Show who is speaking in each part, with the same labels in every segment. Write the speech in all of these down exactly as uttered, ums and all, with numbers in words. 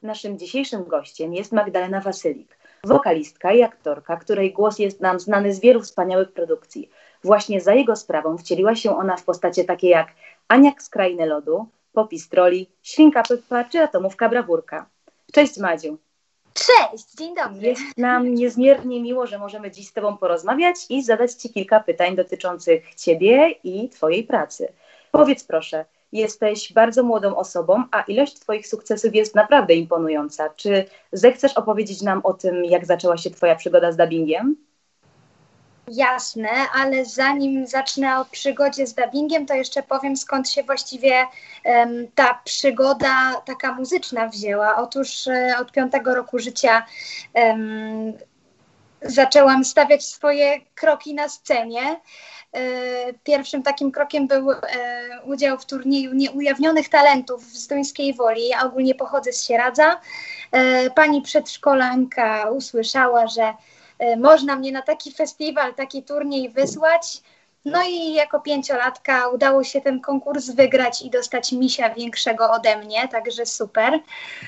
Speaker 1: Naszym dzisiejszym gościem jest Magdalena Wasylik, wokalistka i aktorka, której głos jest nam znany z wielu wspaniałych produkcji. Właśnie za jego sprawą wcieliła się ona w postacie takie jak Aniak z Krainy Lodu, Poppy z Trolli, Świnka Peppa czy Atomówka Brawurka. Cześć Madziu.
Speaker 2: Cześć, dzień dobry.
Speaker 1: Jest nam niezmiernie miło, że możemy dziś z Tobą porozmawiać i zadać Ci kilka pytań dotyczących Ciebie i Twojej pracy. Powiedz proszę, jesteś bardzo młodą osobą, a ilość Twoich sukcesów jest naprawdę imponująca. Czy zechcesz opowiedzieć nam o tym, jak zaczęła się Twoja przygoda z dubbingiem?
Speaker 2: Jasne, ale zanim zacznę o przygodzie z dubbingiem, to jeszcze powiem, skąd się właściwie um, ta przygoda taka muzyczna wzięła. Otóż e, od piątego roku życia um, zaczęłam stawiać swoje kroki na scenie. E, pierwszym takim krokiem był e, udział w turnieju Nieujawnionych Talentów w Zduńskiej Woli. Ja ogólnie pochodzę z Sieradza. E, pani przedszkolanka usłyszała, że można mnie na taki festiwal, taki turniej wysłać. No i jako pięciolatka udało się ten konkurs wygrać i dostać misia większego ode mnie, także super.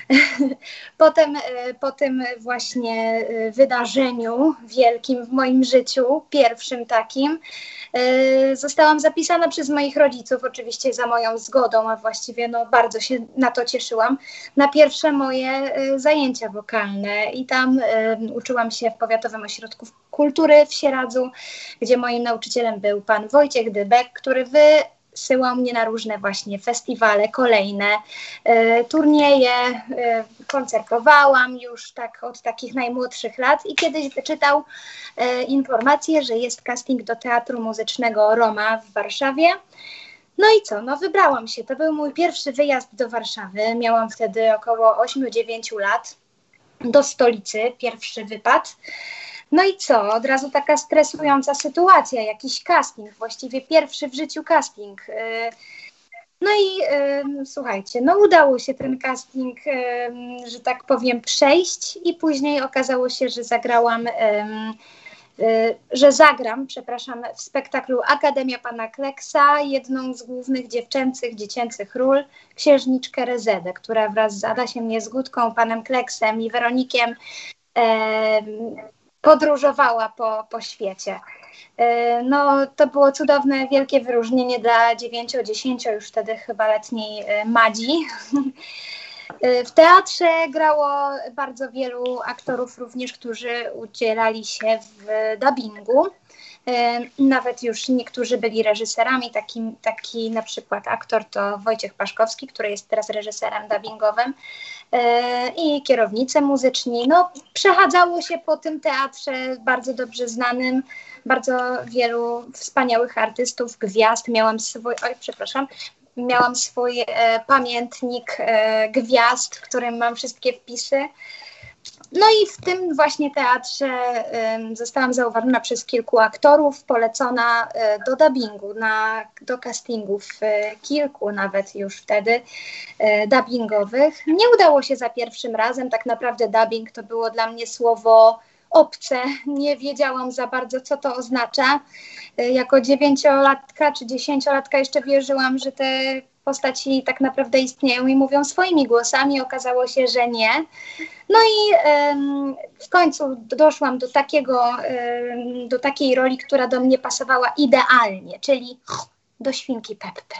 Speaker 2: Potem po tym właśnie wydarzeniu wielkim w moim życiu, pierwszym takim, zostałam zapisana przez moich rodziców, oczywiście za moją zgodą, a właściwie no bardzo się na to cieszyłam, na pierwsze moje zajęcia wokalne i tam uczyłam się w Powiatowym Ośrodku Kultury w Sieradzu, gdzie moim nauczycielem był pan Wojciech Dybek, który wysyłał mnie na różne właśnie festiwale, kolejne e, turnieje, e, koncertowałam już tak od takich najmłodszych lat i kiedyś wyczytał e, informację, że jest casting do Teatru Muzycznego Roma w Warszawie. No i co? No wybrałam się. To był mój pierwszy wyjazd do Warszawy. Miałam wtedy około osiem dziewięć lat. Do stolicy, pierwszy wypad. No i co? Od razu taka stresująca sytuacja, jakiś casting, właściwie pierwszy w życiu casting. No i y, słuchajcie, no udało się ten casting, y, że tak powiem, przejść i później okazało się, że zagrałam, y, y, że zagram, przepraszam, w spektaklu Akademia Pana Kleksa, jedną z głównych dziewczęcych, dziecięcych ról, księżniczkę Rezedę, która wraz z Adasiem Niezgódką, Panem Kleksem i Weronikiem y, podróżowała po, po świecie. No to było cudowne, wielkie wyróżnienie dla dziewięcio dziesięcio już wtedy chyba letniej Madzi. W teatrze grało bardzo wielu aktorów również, którzy udzielali się w dubbingu. Nawet już niektórzy byli reżyserami, taki, taki na przykład aktor to Wojciech Paszkowski, który jest teraz reżyserem dubbingowym i kierownicy muzyczni. No, przechadzało się po tym teatrze bardzo dobrze znanym, bardzo wielu wspaniałych artystów, gwiazd. Miałam swój, oj przepraszam, miałam swój e, pamiętnik e, gwiazd, w którym mam wszystkie wpisy. No i w tym właśnie teatrze y, zostałam zauważona przez kilku aktorów, polecona y, do dubbingu, na, do castingów, y, kilku nawet już wtedy y, dubbingowych. Nie udało się za pierwszym razem, tak naprawdę dubbing to było dla mnie słowo obce, nie wiedziałam za bardzo, co to oznacza. Y, jako dziewięciolatka czy dziesięciolatka jeszcze wierzyłam, że te postaci tak naprawdę istnieją i mówią swoimi głosami. Okazało się, że nie. No i ym, w końcu doszłam do takiego, ym, do takiej roli, która do mnie pasowała idealnie, czyli do Świnki Peppy.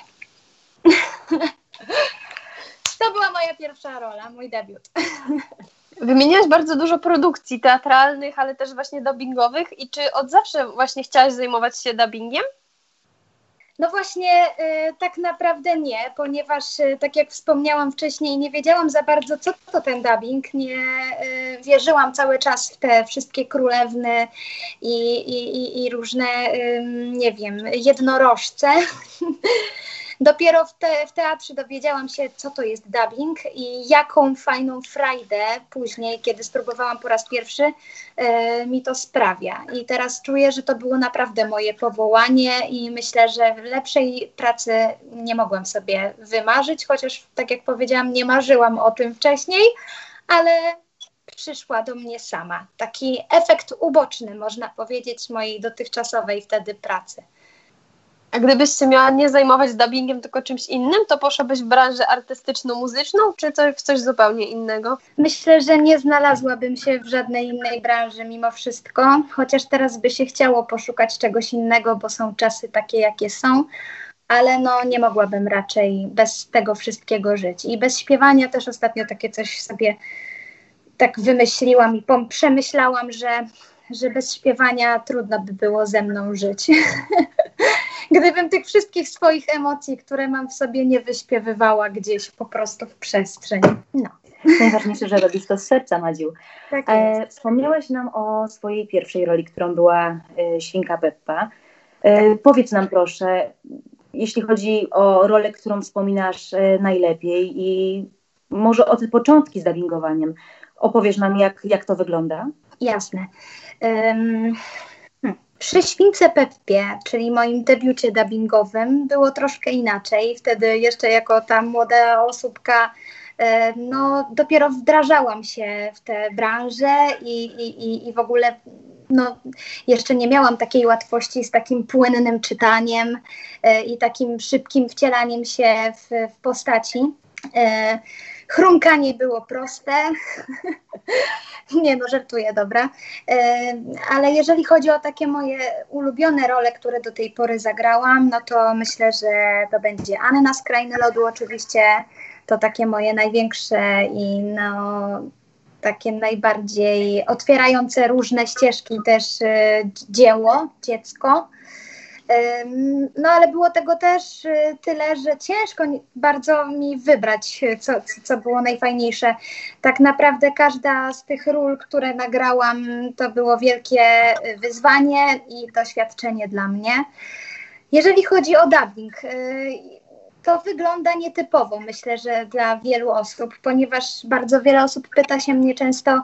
Speaker 2: To była moja pierwsza rola, mój debiut.
Speaker 3: Wymieniłaś bardzo dużo produkcji teatralnych, ale też właśnie dubbingowych. I czy od zawsze właśnie chciałaś zajmować się dubbingiem?
Speaker 2: No właśnie y, tak naprawdę nie, ponieważ y, tak jak wspomniałam wcześniej, nie wiedziałam za bardzo, co to ten dubbing. Nie y, wierzyłam cały czas w te wszystkie królewny i, i, i, i różne, y, nie wiem, jednorożce. Dopiero w, te, w teatrze dowiedziałam się, co to jest dubbing i jaką fajną frajdę później, kiedy spróbowałam po raz pierwszy, e, mi to sprawia. I teraz czuję, że to było naprawdę moje powołanie i myślę, że lepszej pracy nie mogłam sobie wymarzyć, chociaż tak jak powiedziałam, nie marzyłam o tym wcześniej, ale przyszła do mnie sama. Taki efekt uboczny, można powiedzieć, mojej dotychczasowej wtedy pracy.
Speaker 3: A gdybyś się miała nie zajmować dubbingiem, tylko czymś innym, to poszłabyś w branżę artystyczno-muzyczną, czy coś, w coś zupełnie innego?
Speaker 2: Myślę, że nie znalazłabym się w żadnej innej branży mimo wszystko, chociaż teraz by się chciało poszukać czegoś innego, bo są czasy takie, jakie są, ale no nie mogłabym raczej bez tego wszystkiego żyć. I bez śpiewania też ostatnio takie coś sobie tak wymyśliłam i pom- przemyślałam, że, że bez śpiewania trudno by było ze mną żyć. Gdybym tych wszystkich swoich emocji, które mam w sobie, nie wyśpiewywała gdzieś po prostu w przestrzeń. No.
Speaker 1: Najważniejsze, że robisz to z serca, Madziu.
Speaker 2: Tak
Speaker 1: e, wspomniałaś nam o swojej pierwszej roli, którą była e, Świnka Peppa. E, powiedz nam proszę, jeśli chodzi o rolę, którą wspominasz e, najlepiej i może o te początki z dubbingowaniem. Opowiesz nam, jak, jak to wygląda?
Speaker 2: Jasne. Um, hmm. Przy Śwince Peppie, czyli moim debiucie dubbingowym, było troszkę inaczej. Wtedy jeszcze jako ta młoda osóbka e, no, dopiero wdrażałam się w tę branżę i, i, i w ogóle no, jeszcze nie miałam takiej łatwości z takim płynnym czytaniem e, i takim szybkim wcielaniem się w, w postaci. E, Chrumkanie było proste. Nie no, żartuję, dobra. E, ale jeżeli chodzi o takie moje ulubione role, które do tej pory zagrałam, no to myślę, że to będzie Anna z Krainy Lodu oczywiście. To takie moje największe i no takie najbardziej otwierające różne ścieżki też e, dzieło, dziecko. No ale było tego też tyle, że ciężko bardzo mi wybrać, co, co było najfajniejsze. Tak naprawdę każda z tych ról, które nagrałam, to było wielkie wyzwanie i doświadczenie dla mnie. Jeżeli chodzi o dubbing, to wygląda nietypowo, myślę, że dla wielu osób, ponieważ bardzo wiele osób pyta się mnie często,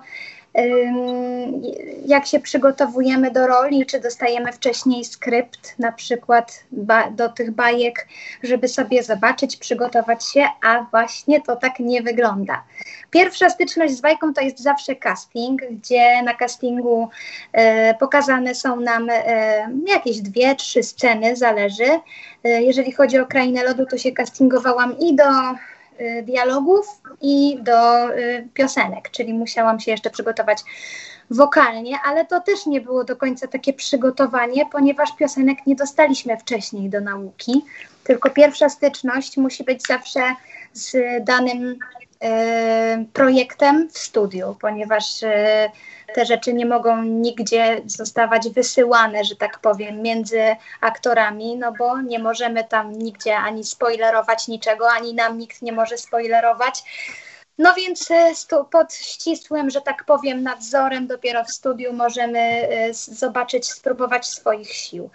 Speaker 2: jak się przygotowujemy do roli, czy dostajemy wcześniej skrypt na przykład ba- do tych bajek, żeby sobie zobaczyć, przygotować się, a właśnie to tak nie wygląda. Pierwsza styczność z bajką to jest zawsze casting, gdzie na castingu e, pokazane są nam e, jakieś dwie, trzy sceny, zależy. E, jeżeli chodzi o Krainę Lodu, to się castingowałam i do dialogów i do y, piosenek, czyli musiałam się jeszcze przygotować wokalnie, ale to też nie było do końca takie przygotowanie, ponieważ piosenek nie dostaliśmy wcześniej do nauki, tylko pierwsza styczność musi być zawsze z danym y, projektem w studiu, ponieważ y, te rzeczy nie mogą nigdzie zostawać wysyłane, że tak powiem, między aktorami, no bo nie możemy tam nigdzie ani spoilerować niczego, ani nam nikt nie może spoilerować. No więc stu, pod ścisłym, że tak powiem, nadzorem dopiero w studiu możemy zobaczyć, spróbować swoich sił.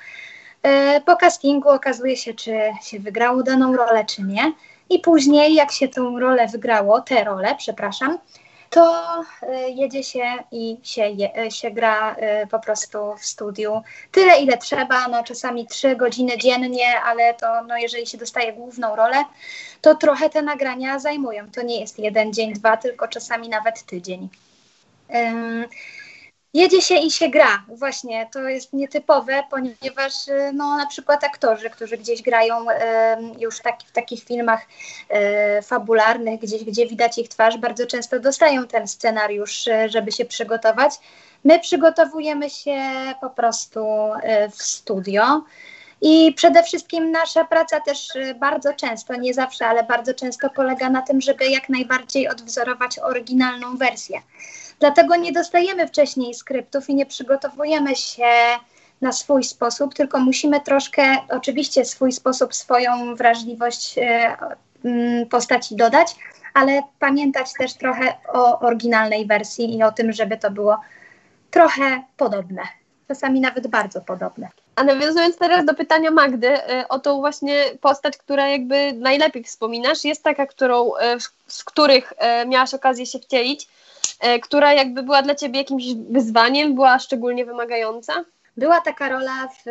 Speaker 2: Po castingu okazuje się, czy się wygrało daną rolę, czy nie. I później, jak się tę rolę wygrało, tę rolę, przepraszam, to y, jedzie się i się, je, się gra y, po prostu w studiu tyle, ile trzeba, no czasami trzy godziny dziennie, ale to no, jeżeli się dostaje główną rolę, to trochę te nagrania zajmują. To nie jest jeden dzień, dwa, tylko czasami nawet tydzień. Ym, Jedzie się i się gra. Właśnie, to jest nietypowe, ponieważ no, na przykład aktorzy, którzy gdzieś grają e, już taki, w takich filmach e, fabularnych, gdzieś, gdzie widać ich twarz, bardzo często dostają ten scenariusz, e, żeby się przygotować. My przygotowujemy się po prostu e, w studio. I przede wszystkim nasza praca też bardzo często, nie zawsze, ale bardzo często polega na tym, żeby jak najbardziej odwzorować oryginalną wersję. Dlatego nie dostajemy wcześniej skryptów i nie przygotowujemy się na swój sposób, tylko musimy troszkę, oczywiście swój sposób, swoją wrażliwość e, m, postaci dodać, ale pamiętać też trochę o oryginalnej wersji i o tym, żeby to było trochę podobne. Czasami nawet bardzo podobne.
Speaker 3: A nawiązując teraz do pytania Magdy, o tą właśnie postać, która jakby najlepiej wspominasz, jest taka, którą, z których miałaś okazję się wcielić, która jakby była dla Ciebie jakimś wyzwaniem, była szczególnie wymagająca?
Speaker 2: Była taka rola w,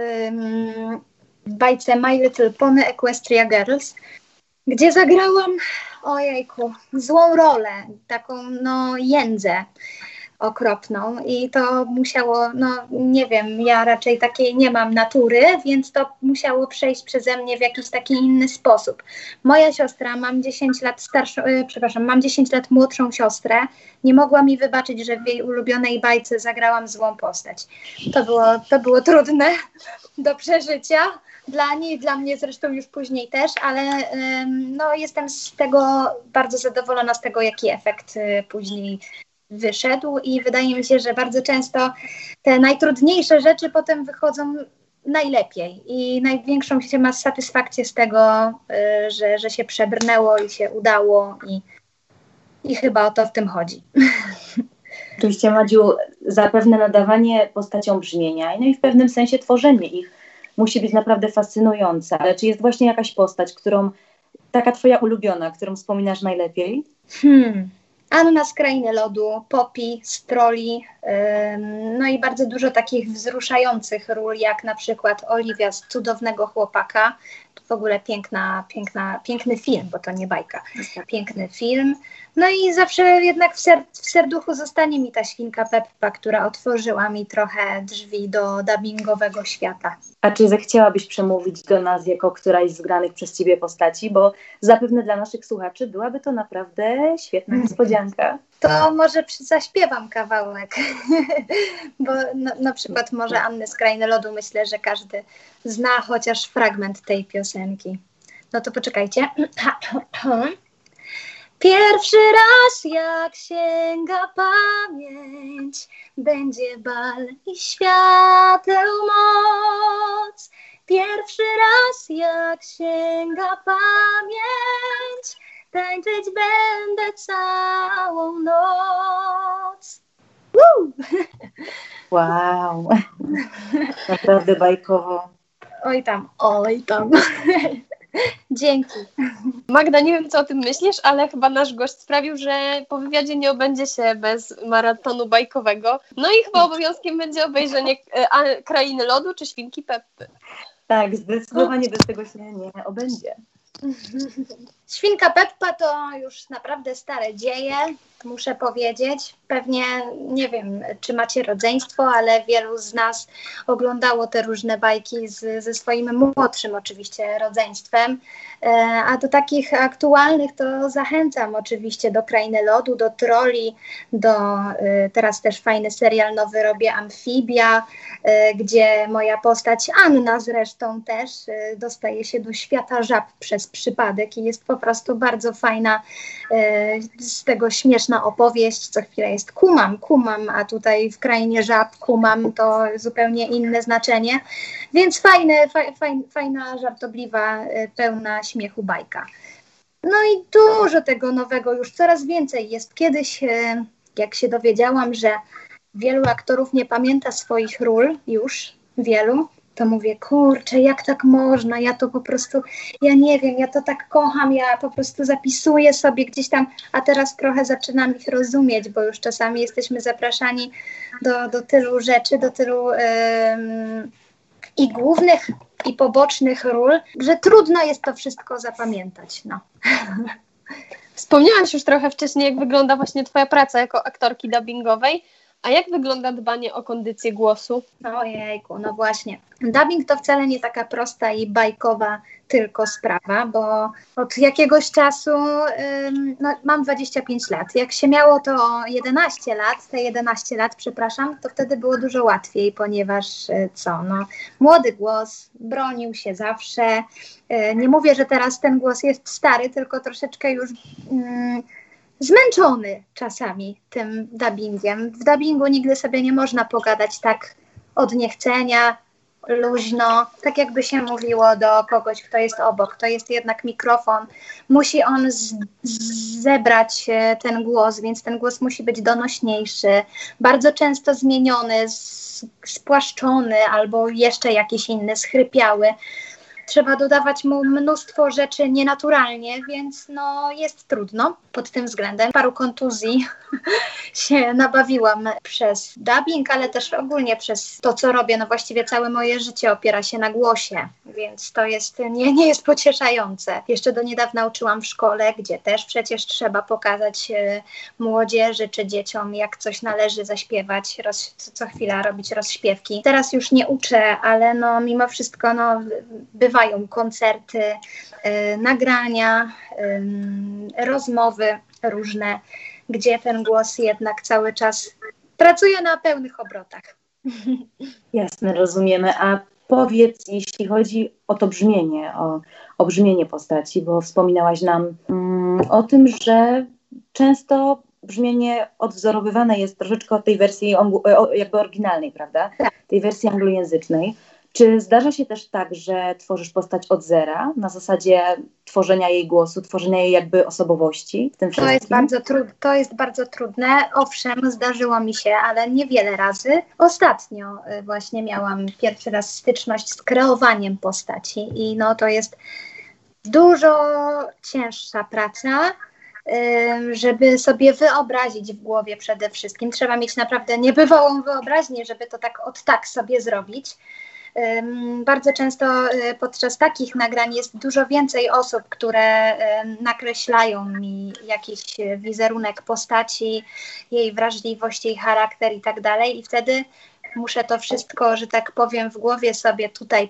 Speaker 2: w bajce My Little Pony Equestria Girls, gdzie zagrałam, ojejku, złą rolę, taką no jędzę. okropną i to musiało, no nie wiem, ja raczej takiej nie mam natury, więc to musiało przejść przeze mnie w jakiś taki inny sposób. Moja siostra, mam dziesięć lat starszą, yy, przepraszam, mam dziesięć lat młodszą siostrę, nie mogła mi wybaczyć, że w jej ulubionej bajce zagrałam złą postać. To było, to było trudne do przeżycia. Dla niej, dla mnie zresztą już później też, ale ym, no, jestem z tego bardzo zadowolona z tego, jaki efekt y, później wyszedł i wydaje mi się, że bardzo często te najtrudniejsze rzeczy potem wychodzą najlepiej i największą się ma satysfakcję z tego, y, że, że się przebrnęło i się udało i, i chyba o to w tym chodzi.
Speaker 1: Oczywiście, Madziu, zapewne nadawanie postaciom brzmienia, no i w pewnym sensie tworzenie ich musi być naprawdę fascynujące, ale czy jest właśnie jakaś postać, którą, taka twoja ulubiona, którą wspominasz najlepiej?
Speaker 2: Hmm. Anna z Krainy Lodu, Poppy z Trolli, ym, no i bardzo dużo takich wzruszających ról, jak na przykład Oliwia z Cudownego Chłopaka. To w ogóle piękna, piękna, piękny film, bo to nie bajka. Piękny film. No i zawsze jednak w, ser- w serduchu zostanie mi ta świnka Peppa, która otworzyła mi trochę drzwi do dubbingowego świata.
Speaker 1: A czy zechciałabyś przemówić do nas jako któraś z granych przez ciebie postaci? Bo zapewne dla naszych słuchaczy byłaby to naprawdę świetna niespodzianka.
Speaker 2: To może przy- zaśpiewam kawałek, bo na, na przykład może Anny z Krainy Lodu myślę, że każdy zna chociaż fragment tej piosenki. No to poczekajcie. Pierwszy raz jak sięga pamięć, będzie bal i świateł moc. Pierwszy raz jak sięga pamięć, tańczyć będę całą noc. Woo!
Speaker 1: Wow, naprawdę bajkowo.
Speaker 2: Oj tam, oj tam. Dzięki.
Speaker 3: Magda, nie wiem, co o tym myślisz, ale chyba nasz gość sprawił, że po wywiadzie nie obędzie się bez maratonu bajkowego. No i chyba obowiązkiem będzie obejrzenie e, Krainy Lodu czy Świnki Peppy.
Speaker 1: Tak, zdecydowanie bez tego się nie obędzie.
Speaker 2: Świnka Peppa to już naprawdę stare dzieje, muszę powiedzieć. Pewnie, nie wiem, czy macie rodzeństwo, ale wielu z nas oglądało te różne bajki z, ze swoim młodszym oczywiście rodzeństwem. E, a do takich aktualnych to zachęcam oczywiście do Krainy Lodu, do Trolli, do e, teraz też fajny serial nowy robię Amfibia, e, gdzie moja postać Anna zresztą też e, dostaje się do świata żab przez przypadek i jest po prostu bardzo fajna, e, z tego śmieszna opowieść, co chwilę jest kumam, kumam, a tutaj w Krainie Żab kumam to zupełnie inne znaczenie, więc fajne, faj, faj, fajna, żartobliwa, e, pełna śmiechu bajka. No i dużo tego nowego, już coraz więcej jest. Kiedyś, e, jak się dowiedziałam, że wielu aktorów nie pamięta swoich ról już, wielu, to mówię, kurczę, jak tak można, ja to po prostu, ja nie wiem, ja to tak kocham, ja po prostu zapisuję sobie gdzieś tam, a teraz trochę zaczynam ich rozumieć, bo już czasami jesteśmy zapraszani do, do tylu rzeczy, do tylu um, i głównych, i pobocznych ról, że trudno jest to wszystko zapamiętać, no.
Speaker 3: Wspomniałaś już trochę wcześniej, jak wygląda właśnie twoja praca jako aktorki dubbingowej. A jak wygląda dbanie o kondycję głosu?
Speaker 2: Ojejku, no właśnie. Dubbing to wcale nie taka prosta i bajkowa tylko sprawa, bo od jakiegoś czasu, ym, no, mam dwadzieścia pięć lat. Jak się miało to jedenaście lat, te jedenaście lat, przepraszam, to wtedy było dużo łatwiej, ponieważ y, co, no, młody głos bronił się zawsze. Y, nie mówię, że teraz ten głos jest stary, tylko troszeczkę już... Y, zmęczony czasami tym dubbingiem. W dubbingu nigdy sobie nie można pogadać tak od niechcenia, luźno, tak jakby się mówiło do kogoś, kto jest obok. To jest jednak mikrofon. Musi on z- z- zebrać ten głos, więc ten głos musi być donośniejszy, bardzo często zmieniony, z- spłaszczony albo jeszcze jakiś inny, schrypiały. trzeba dodawać mu mnóstwo rzeczy nienaturalnie, więc no jest trudno pod tym względem. Paru kontuzji się nabawiłam przez dubbing, ale też ogólnie przez to, co robię. No właściwie całe moje życie opiera się na głosie, więc to jest, nie, nie jest pocieszające. Jeszcze do niedawna uczyłam w szkole, gdzie też przecież trzeba pokazać e, młodzieży czy dzieciom, jak coś należy zaśpiewać, roz, co, co chwila robić rozśpiewki. Teraz już nie uczę, ale no mimo wszystko no, bywają koncerty, e, nagrania, e, rozmowy różne, gdzie ten głos jednak cały czas pracuje na pełnych obrotach.
Speaker 1: Jasne, rozumiemy. A powiedz, jeśli chodzi o to brzmienie, o, o brzmienie postaci, bo wspominałaś nam mm, o tym, że często brzmienie odwzorowywane jest troszeczkę od tej wersji jakby oryginalnej, prawda?
Speaker 2: Tak.
Speaker 1: Tej wersji anglojęzycznej. Czy zdarza się też tak, że tworzysz postać od zera, na zasadzie tworzenia jej głosu, tworzenia jej jakby osobowości w tym wszystkim?
Speaker 2: To jest bardzo trudne. To jest bardzo trudne. Owszem, zdarzyło mi się, ale niewiele razy. Ostatnio y, właśnie miałam pierwszy raz styczność z kreowaniem postaci i no to jest dużo cięższa praca, y, żeby sobie wyobrazić w głowie przede wszystkim. Trzeba mieć naprawdę niebywałą wyobraźnię, żeby to tak od tak sobie zrobić. Bardzo często podczas takich nagrań jest dużo więcej osób, które nakreślają mi jakiś wizerunek postaci, jej wrażliwość, jej charakter i tak dalej i wtedy muszę to wszystko, że tak powiem, w głowie sobie tutaj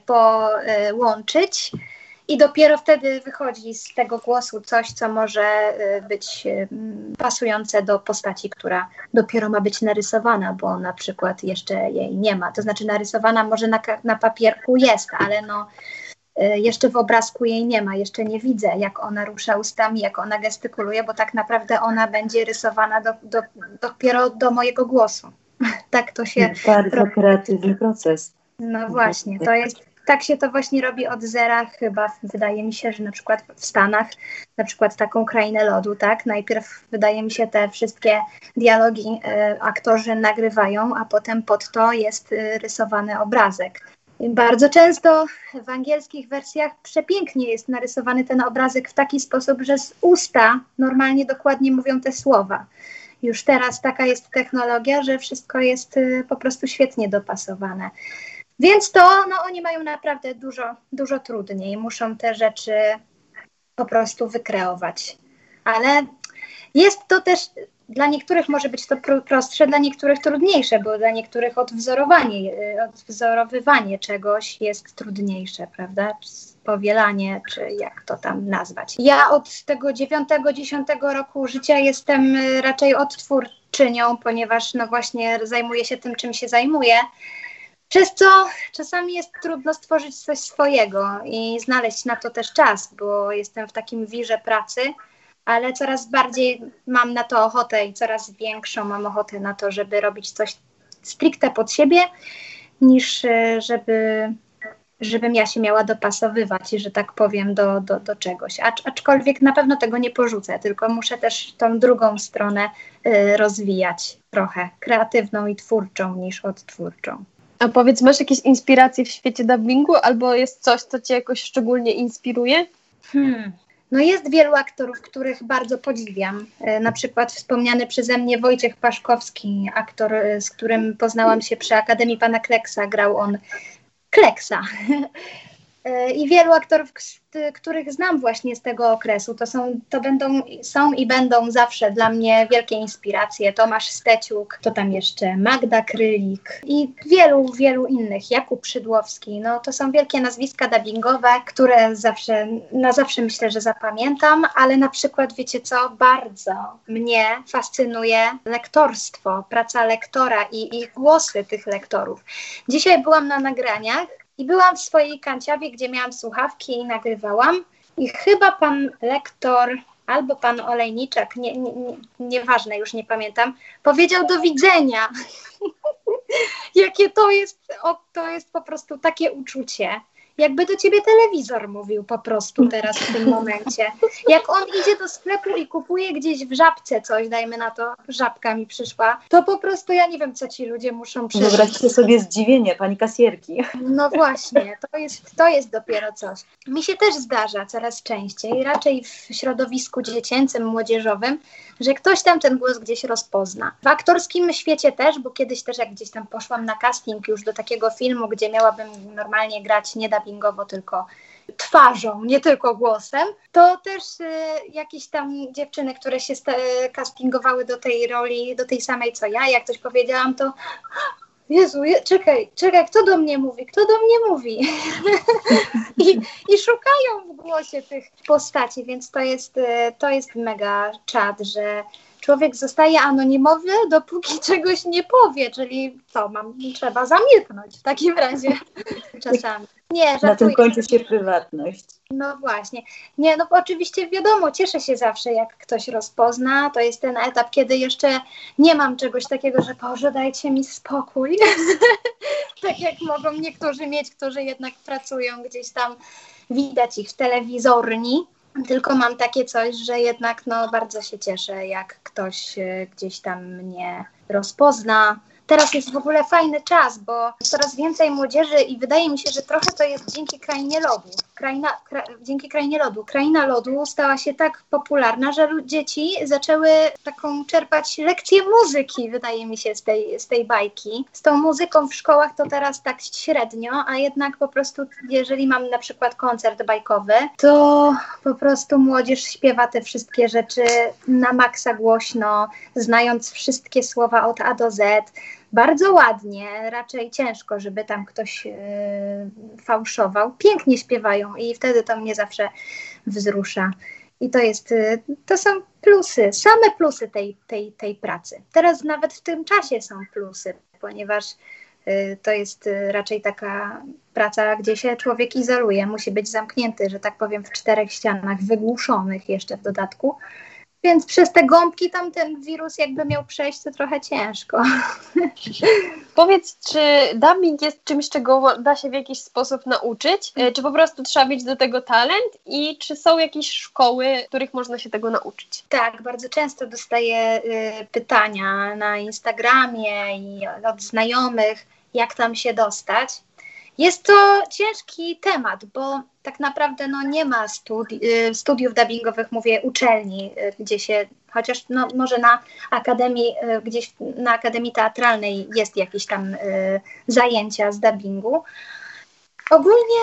Speaker 2: połączyć i dopiero wtedy wychodzi z tego głosu coś, co może być pasujące do postaci, która dopiero ma być narysowana, bo na przykład jeszcze jej nie ma. To znaczy narysowana może na, na papierku jest, ale no jeszcze w obrazku jej nie ma, jeszcze nie widzę, jak ona rusza ustami, jak ona gestykuluje, bo tak naprawdę ona będzie rysowana do, do, dopiero do mojego głosu. Tak to się...
Speaker 1: Bardzo kreatywny proces.
Speaker 2: No właśnie, to jest... Tak się to właśnie robi od zera chyba. Wydaje mi się, że na przykład w Stanach, na przykład taką Krainę Lodu, tak? Najpierw wydaje mi się te wszystkie dialogi y, aktorzy nagrywają, a potem pod to jest y, rysowany obrazek. I bardzo często w angielskich wersjach przepięknie jest narysowany ten obrazek w taki sposób, że z usta normalnie dokładnie mówią te słowa. Już teraz taka jest technologia, że wszystko jest y, po prostu świetnie dopasowane. Więc to, no oni mają naprawdę dużo, dużo trudniej. Muszą te rzeczy po prostu wykreować. Ale jest to też, dla niektórych może być to prostsze, dla niektórych trudniejsze, bo dla niektórych odwzorowanie, odwzorowywanie czegoś jest trudniejsze, prawda? Powielanie, czy jak to tam nazwać. Ja od tego dziewiątego, dziesiątego roku życia jestem raczej odtwórczynią, ponieważ no właśnie zajmuję się tym, czym się zajmuję. Przez co czasami jest trudno stworzyć coś swojego i znaleźć na to też czas, bo jestem w takim wirze pracy, ale coraz bardziej mam na to ochotę i coraz większą mam ochotę na to, żeby robić coś stricte pod siebie, niż żeby, żebym ja się miała dopasowywać, że tak powiem, do, do, do czegoś. Acz, aczkolwiek na pewno tego nie porzucę, tylko muszę też tą drugą stronę y, rozwijać trochę, kreatywną i twórczą niż odtwórczą.
Speaker 3: A powiedz, masz jakieś inspiracje w świecie dubbingu albo jest coś, co cię jakoś szczególnie inspiruje?
Speaker 2: Hmm. No jest wielu aktorów, których bardzo podziwiam. E, na przykład wspomniany przeze mnie Wojciech Paszkowski, aktor, z którym poznałam się przy Akademii Pana Kleksa. Grał on Kleksa. e, I wielu aktorów, których znam właśnie z tego okresu. To są, to będą, są i będą zawsze dla mnie wielkie inspiracje. Tomasz Steciuk, to tam jeszcze Magda Krylik i wielu, wielu innych. Jakub Szydłowski. No to są wielkie nazwiska dubbingowe, które zawsze, na zawsze myślę, że zapamiętam, ale na przykład wiecie co, bardzo mnie fascynuje lektorstwo, praca lektora i, i głosy tych lektorów. Dzisiaj byłam na nagraniach i byłam w swojej kanciawie, gdzie miałam słuchawki i nagrywałam i chyba pan lektor albo pan Olejniczak, nie, nie, nie, nieważne, już nie pamiętam, powiedział do widzenia. Jakie to jest, o, to jest po prostu takie uczucie. jakby do ciebie telewizor mówił po prostu teraz w tym momencie. Jak on idzie do sklepu i kupuje gdzieś w Żabce coś, dajmy na to, Żabka mi przyszła, to po prostu ja nie wiem, co ci ludzie muszą przeżyć.
Speaker 1: Wyobraźcie sobie zdziwienie pani kasjerki.
Speaker 2: No właśnie, to jest, to jest dopiero coś. Mi się też zdarza coraz częściej, raczej w środowisku dziecięcym, młodzieżowym, że ktoś tam ten głos gdzieś rozpozna. W aktorskim świecie też, bo kiedyś też jak gdzieś tam poszłam na casting już do takiego filmu, gdzie miałabym normalnie grać nie dubbingowo, tylko twarzą, nie tylko głosem, to też y, jakieś tam dziewczyny, które się sta- castingowały do tej roli, do tej samej co ja, jak coś powiedziałam, to Jezu, je, czekaj, czekaj, kto do mnie mówi? Kto do mnie mówi? I, I szukają w głosie tych postaci, więc to jest, to jest mega czad, że człowiek zostaje anonimowy, dopóki czegoś nie powie, czyli co, mam, trzeba zamilknąć w takim razie czasami. Nie, żartuję.
Speaker 1: Na tym kończy się prywatność.
Speaker 2: No właśnie. Nie, no oczywiście wiadomo, cieszę się zawsze, jak ktoś rozpozna. To jest ten etap, kiedy jeszcze nie mam czegoś takiego, że Boże, dajcie mi spokój. Tak jak mogą niektórzy mieć, którzy jednak pracują gdzieś tam, widać ich w telewizorni. Tylko mam takie coś, że jednak no bardzo się cieszę, jak ktoś y, gdzieś tam mnie rozpozna. Teraz jest w ogóle fajny czas, bo coraz więcej młodzieży i wydaje mi się, że trochę to jest dzięki Krainie Lodu. Kraina, kra, dzięki Krainie Lodu. Kraina Lodu stała się tak popularna, że dzieci zaczęły taką czerpać lekcję muzyki, wydaje mi się, z tej, z tej bajki. Z tą muzyką w szkołach to teraz tak średnio, a jednak po prostu, jeżeli mam na przykład koncert bajkowy, to po prostu młodzież śpiewa te wszystkie rzeczy na maksa głośno, znając wszystkie słowa od A do Z. Bardzo ładnie, raczej ciężko, żeby tam ktoś yy, fałszował. Pięknie śpiewają i wtedy to mnie zawsze wzrusza. I to jest, yy, to są plusy, same plusy tej, tej, tej pracy. Teraz nawet w tym czasie są plusy, ponieważ yy, to jest yy, raczej taka praca, gdzie się człowiek izoluje. Musi być zamknięty, że tak powiem, w czterech ścianach, wygłuszonych jeszcze w dodatku. Więc przez te gąbki tam ten wirus jakby miał przejść, to trochę ciężko.
Speaker 3: Powiedz, czy dubbing jest czymś, czego da się w jakiś sposób nauczyć? Czy po prostu trzeba mieć do tego talent? I czy są jakieś szkoły, w których można się tego nauczyć?
Speaker 2: Tak, bardzo często dostaję y, pytania na Instagramie i od znajomych, jak tam się dostać. Jest to ciężki temat, bo tak naprawdę no, nie ma studi- studiów dubbingowych, mówię, uczelni, gdzie się, chociaż no, może na akademii, gdzieś na akademii teatralnej jest jakieś tam y, zajęcia z dubbingu. Ogólnie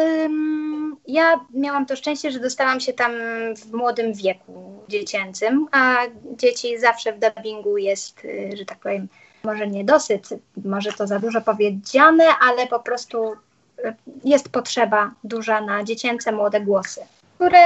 Speaker 2: ym, ja miałam to szczęście, że dostałam się tam w młodym wieku dziecięcym, a dzieci zawsze w dubbingu jest, y, że tak powiem, może nie dosyć, może to za dużo powiedziane, ale po prostu jest potrzeba duża na dziecięce, młode głosy, które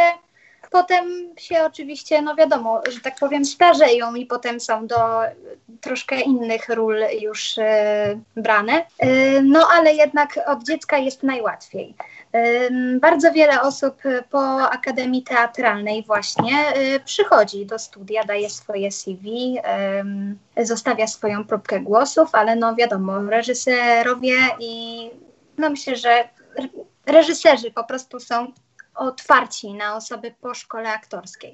Speaker 2: potem się oczywiście, no wiadomo, że tak powiem, starzeją i potem są do troszkę innych ról już y, brane. Y, no ale jednak od dziecka jest najłatwiej. Y, bardzo wiele osób po Akademii Teatralnej właśnie y, przychodzi do studia, daje swoje C V, y, zostawia swoją próbkę głosów, ale no wiadomo, reżyserowie i no myślę, że reżyserzy po prostu są otwarci na osoby po szkole aktorskiej.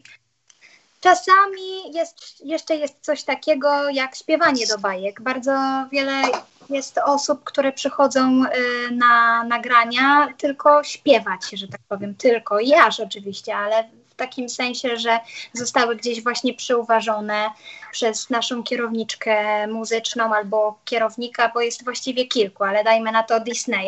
Speaker 2: Czasami jest, jeszcze jest coś takiego jak śpiewanie do bajek. Bardzo wiele jest osób, które przychodzą y, na nagrania tylko śpiewać, że tak powiem, tylko i aż oczywiście, ale w takim sensie, że zostały gdzieś właśnie przyuważone przez naszą kierowniczkę muzyczną albo kierownika, bo jest właściwie kilku, ale dajmy na to Disneya.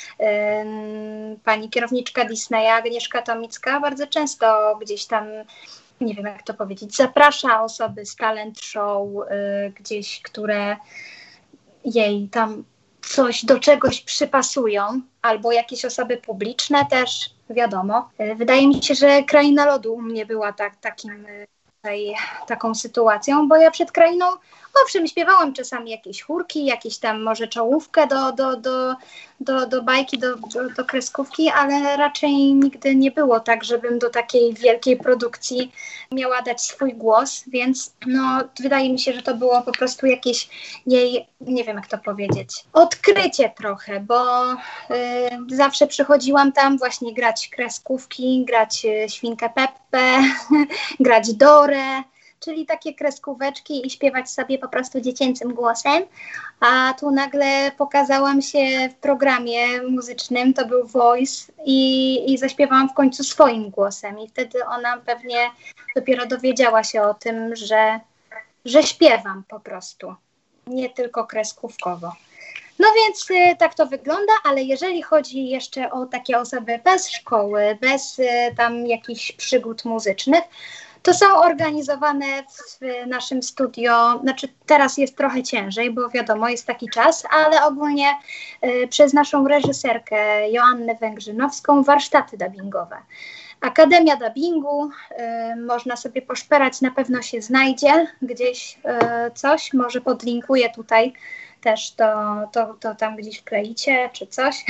Speaker 2: Ym, pani kierowniczka Disneya, Agnieszka Tomicka, bardzo często gdzieś tam, nie wiem jak to powiedzieć, zaprasza osoby z talent show y, gdzieś, które jej tam coś do czegoś przypasują, albo jakieś osoby publiczne też, wiadomo. Wydaje mi się, że Kraina Lodu u mnie była tak, takim tutaj taką sytuacją, bo ja przed krainą, owszem, śpiewałam czasami jakieś chórki, jakieś tam może czołówkę do, do, do, do, do bajki, do, do, do kreskówki, ale raczej nigdy nie było tak, żebym do takiej wielkiej produkcji miała dać swój głos, więc no wydaje mi się, że to było po prostu jakieś jej, nie wiem jak to powiedzieć, odkrycie trochę, bo y, zawsze przychodziłam tam właśnie grać kreskówki, grać y, Świnkę Peppę, grać Dorę, czyli takie kreskóweczki i śpiewać sobie po prostu dziecięcym głosem, a tu nagle pokazałam się w programie muzycznym, to był Voice i, i zaśpiewałam w końcu swoim głosem i wtedy ona pewnie dopiero dowiedziała się o tym, że, że śpiewam po prostu, nie tylko kreskówkowo. No więc y, tak to wygląda, ale jeżeli chodzi jeszcze o takie osoby bez szkoły, bez y, tam jakichś przygód muzycznych, to są organizowane w naszym studio, znaczy teraz jest trochę ciężej, bo wiadomo, jest taki czas, ale ogólnie y, przez naszą reżyserkę Joannę Węgrzynowską warsztaty dubbingowe. Akademia Dubbingu, y, można sobie poszperać, na pewno się znajdzie gdzieś y, coś, może podlinkuję tutaj też to, to, to tam gdzieś wkleicie czy coś.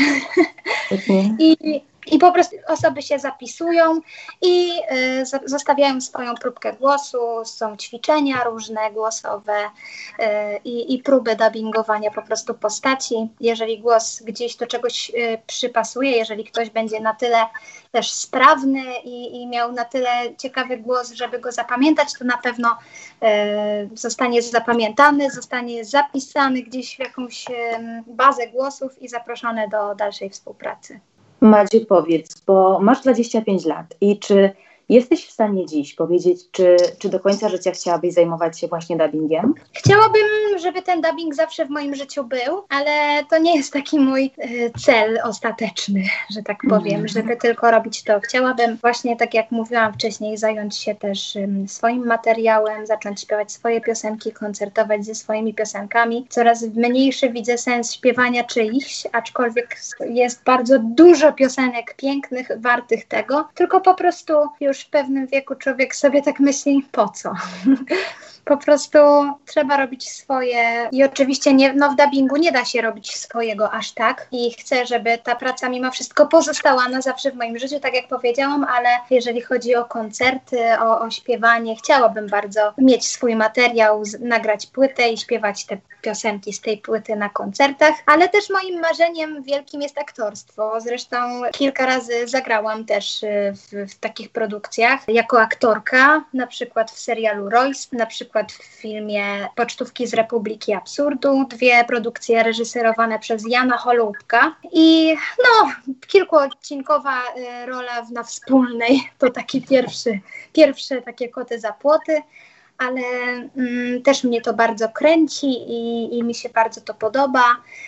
Speaker 2: Mhm. I I po prostu osoby się zapisują i y, z, zostawiają swoją próbkę głosu, są ćwiczenia różne głosowe y, i, i próby dubbingowania po prostu postaci. Jeżeli głos gdzieś do czegoś y, przypasuje, jeżeli ktoś będzie na tyle też sprawny i, i miał na tyle ciekawy głos, żeby go zapamiętać, to na pewno y, zostanie zapamiętany, zostanie zapisany gdzieś w jakąś y, bazę głosów i zaproszony do dalszej współpracy.
Speaker 1: Madziu, powiedz, bo masz dwadzieścia pięć lat i czy jesteś w stanie dziś powiedzieć, czy, czy do końca życia chciałabyś zajmować się właśnie dubbingiem?
Speaker 2: Chciałabym, żeby ten dubbing zawsze w moim życiu był, ale to nie jest taki mój y, cel ostateczny, że tak powiem, mm. żeby tylko robić to. Chciałabym właśnie, tak jak mówiłam wcześniej, zająć się też y, swoim materiałem, zacząć śpiewać swoje piosenki, koncertować ze swoimi piosenkami. Coraz mniejszy widzę sens śpiewania czyichś, aczkolwiek jest bardzo dużo piosenek pięknych, wartych tego, tylko po prostu już w pewnym wieku człowiek sobie tak myśli, po co? Po prostu trzeba robić swoje i oczywiście nie, no w dubbingu nie da się robić swojego aż tak i chcę, żeby ta praca mimo wszystko pozostała na zawsze w moim życiu, tak jak powiedziałam, ale jeżeli chodzi o koncerty, o, o śpiewanie, chciałabym bardzo mieć swój materiał, z, nagrać płytę i śpiewać te piosenki z tej płyty na koncertach, ale też moim marzeniem wielkim jest aktorstwo. Zresztą kilka razy zagrałam też w, w takich produkcjach jako aktorka, na przykład w serialu Royce, na przykład w filmie Pocztówki z Republiki Absurdu, dwie produkcje reżyserowane przez Jana Holubka i no, kilkuodcinkowa y, rola w, na Wspólnej, to taki pierwszy, pierwsze takie koty za płoty, ale mm, też mnie to bardzo kręci i, i mi się bardzo to podoba,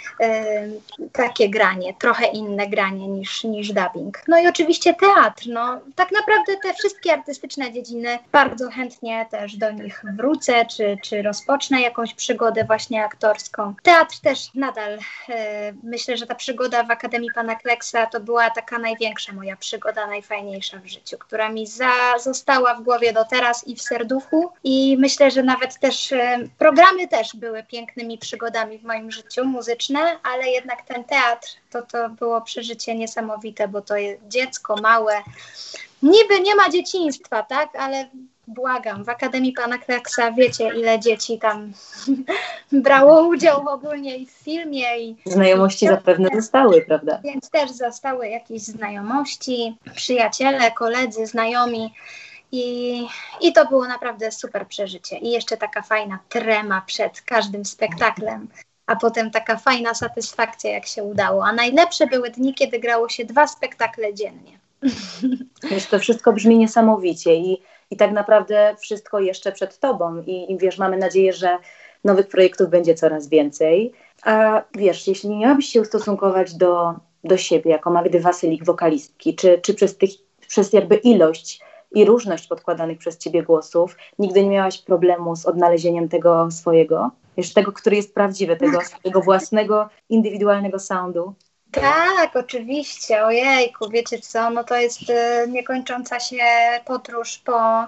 Speaker 2: y, takie granie, trochę inne granie niż, niż dubbing. No i oczywiście teatr, no tak naprawdę te wszystkie artystyczne dziedziny, bardzo chętnie też do nich wrócę, czy, czy rozpocznę jakąś przygodę właśnie aktorską. Teatr też nadal, y, myślę, że ta przygoda w Akademii Pana Kleksa to była taka największa moja przygoda, najfajniejsza w życiu, która mi za, została w głowie do teraz i w serduchu. I myślę, że nawet też e, programy też były pięknymi przygodami w moim życiu, muzyczne, ale jednak ten teatr to, to było przeżycie niesamowite, bo to jest dziecko małe. Niby nie ma dzieciństwa, tak, ale błagam, w Akademii Pana Kleksa wiecie, ile dzieci tam brało udział ogólnie i w filmie. I
Speaker 1: znajomości i zapewne zostały, prawda?
Speaker 2: Więc też zostały jakieś znajomości, przyjaciele, koledzy, znajomi. I, I to było naprawdę super przeżycie. I jeszcze taka fajna trema przed każdym spektaklem, a potem taka fajna satysfakcja, jak się udało. A najlepsze były dni, kiedy grało się dwa spektakle dziennie.
Speaker 1: Wiesz, to wszystko brzmi niesamowicie i, i tak naprawdę wszystko jeszcze przed tobą. I, I wiesz, mamy nadzieję, że nowych projektów będzie coraz więcej. A wiesz, jeśli miałabyś się ustosunkować do, do siebie jako Magdy Wasylik, wokalistki, czy, czy przez, tych, przez jakby ilość i różność podkładanych przez ciebie głosów, nigdy nie miałaś problemu z odnalezieniem tego swojego, wiesz, tego, który jest prawdziwy, tego swojego własnego, indywidualnego soundu?
Speaker 2: Tak, oczywiście, ojejku, wiecie co, no to jest y, niekończąca się podróż po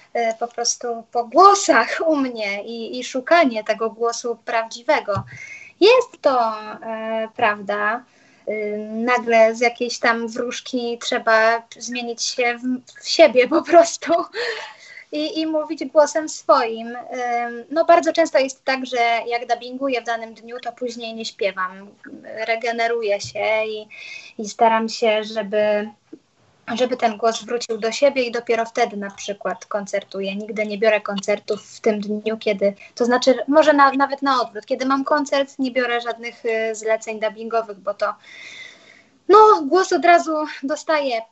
Speaker 2: e, po prostu po głosach u mnie i, i szukanie tego głosu prawdziwego. Jest to e, prawda. E, nagle z jakiejś tam wróżki trzeba zmienić się w, w siebie po prostu. I, i mówić głosem swoim. Ym, No bardzo często jest tak, że jak dubbinguję w danym dniu, to później nie śpiewam. Regeneruję się i, i staram się, żeby, żeby ten głos wrócił do siebie i dopiero wtedy na przykład koncertuję. Nigdy nie biorę koncertów w tym dniu, kiedy, to znaczy może na, nawet na odwrót, kiedy mam koncert, nie biorę żadnych y, zleceń dubbingowych, bo to no głos od razu dostaję.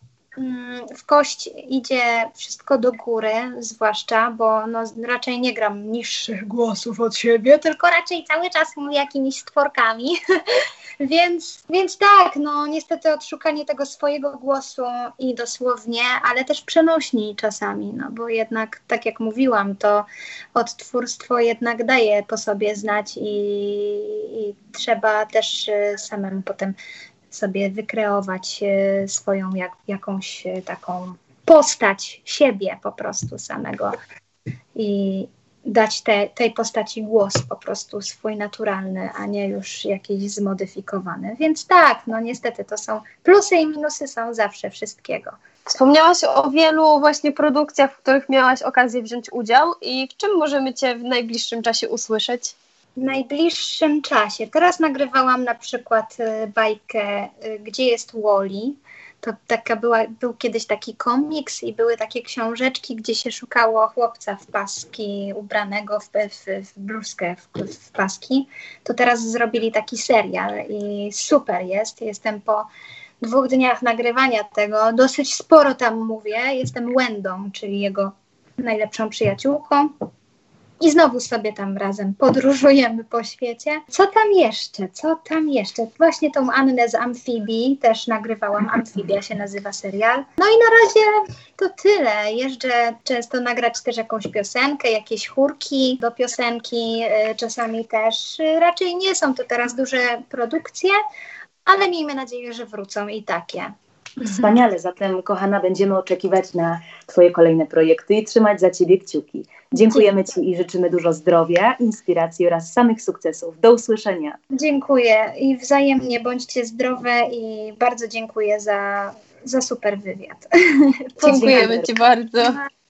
Speaker 2: W kość idzie wszystko do góry, zwłaszcza, bo no, raczej nie gram niższych głosów od siebie, tylko raczej cały czas mówię jakimiś stworkami. więc, więc tak, no niestety odszukanie tego swojego głosu i dosłownie, ale też przenośni czasami, no bo jednak, tak jak mówiłam, to odtwórstwo jednak daje po sobie znać i, i trzeba też samemu potem sobie wykreować e, swoją jak, jakąś e, taką postać siebie po prostu samego i dać te, tej postaci głos po prostu swój naturalny, a nie już jakiś zmodyfikowany. Więc tak, no niestety to są plusy i minusy są zawsze wszystkiego.
Speaker 3: Wspomniałaś o wielu właśnie produkcjach, w których miałaś okazję wziąć udział i w czym możemy Cię w najbliższym czasie usłyszeć?
Speaker 2: W najbliższym czasie. Teraz nagrywałam na przykład y, bajkę y, Gdzie jest Wally. To taka była, był kiedyś taki komiks i były takie książeczki, gdzie się szukało chłopca w paski, ubranego w, w, w bluzkę w, w paski. To teraz zrobili taki serial i super jest. Jestem po dwóch dniach nagrywania tego. Dosyć sporo tam mówię. Jestem Wendą, czyli jego najlepszą przyjaciółką. I znowu sobie tam razem podróżujemy po świecie. Co tam jeszcze? Co tam jeszcze? Właśnie tą Annę z Amfibii też nagrywałam. Amfibia się nazywa serial. No i na razie to tyle. Jeżdżę często nagrać też jakąś piosenkę, jakieś chórki do piosenki. Czasami też. Raczej nie są to teraz duże produkcje, ale miejmy nadzieję, że wrócą i takie.
Speaker 1: Wspaniale, zatem kochana, będziemy oczekiwać na Twoje kolejne projekty i trzymać za Ciebie kciuki. Dziękujemy Ci i życzymy dużo zdrowia, inspiracji oraz samych sukcesów. Do usłyszenia.
Speaker 2: Dziękuję i wzajemnie bądźcie zdrowe i bardzo dziękuję za, za super wywiad.
Speaker 3: Dziękujemy Ci bardzo.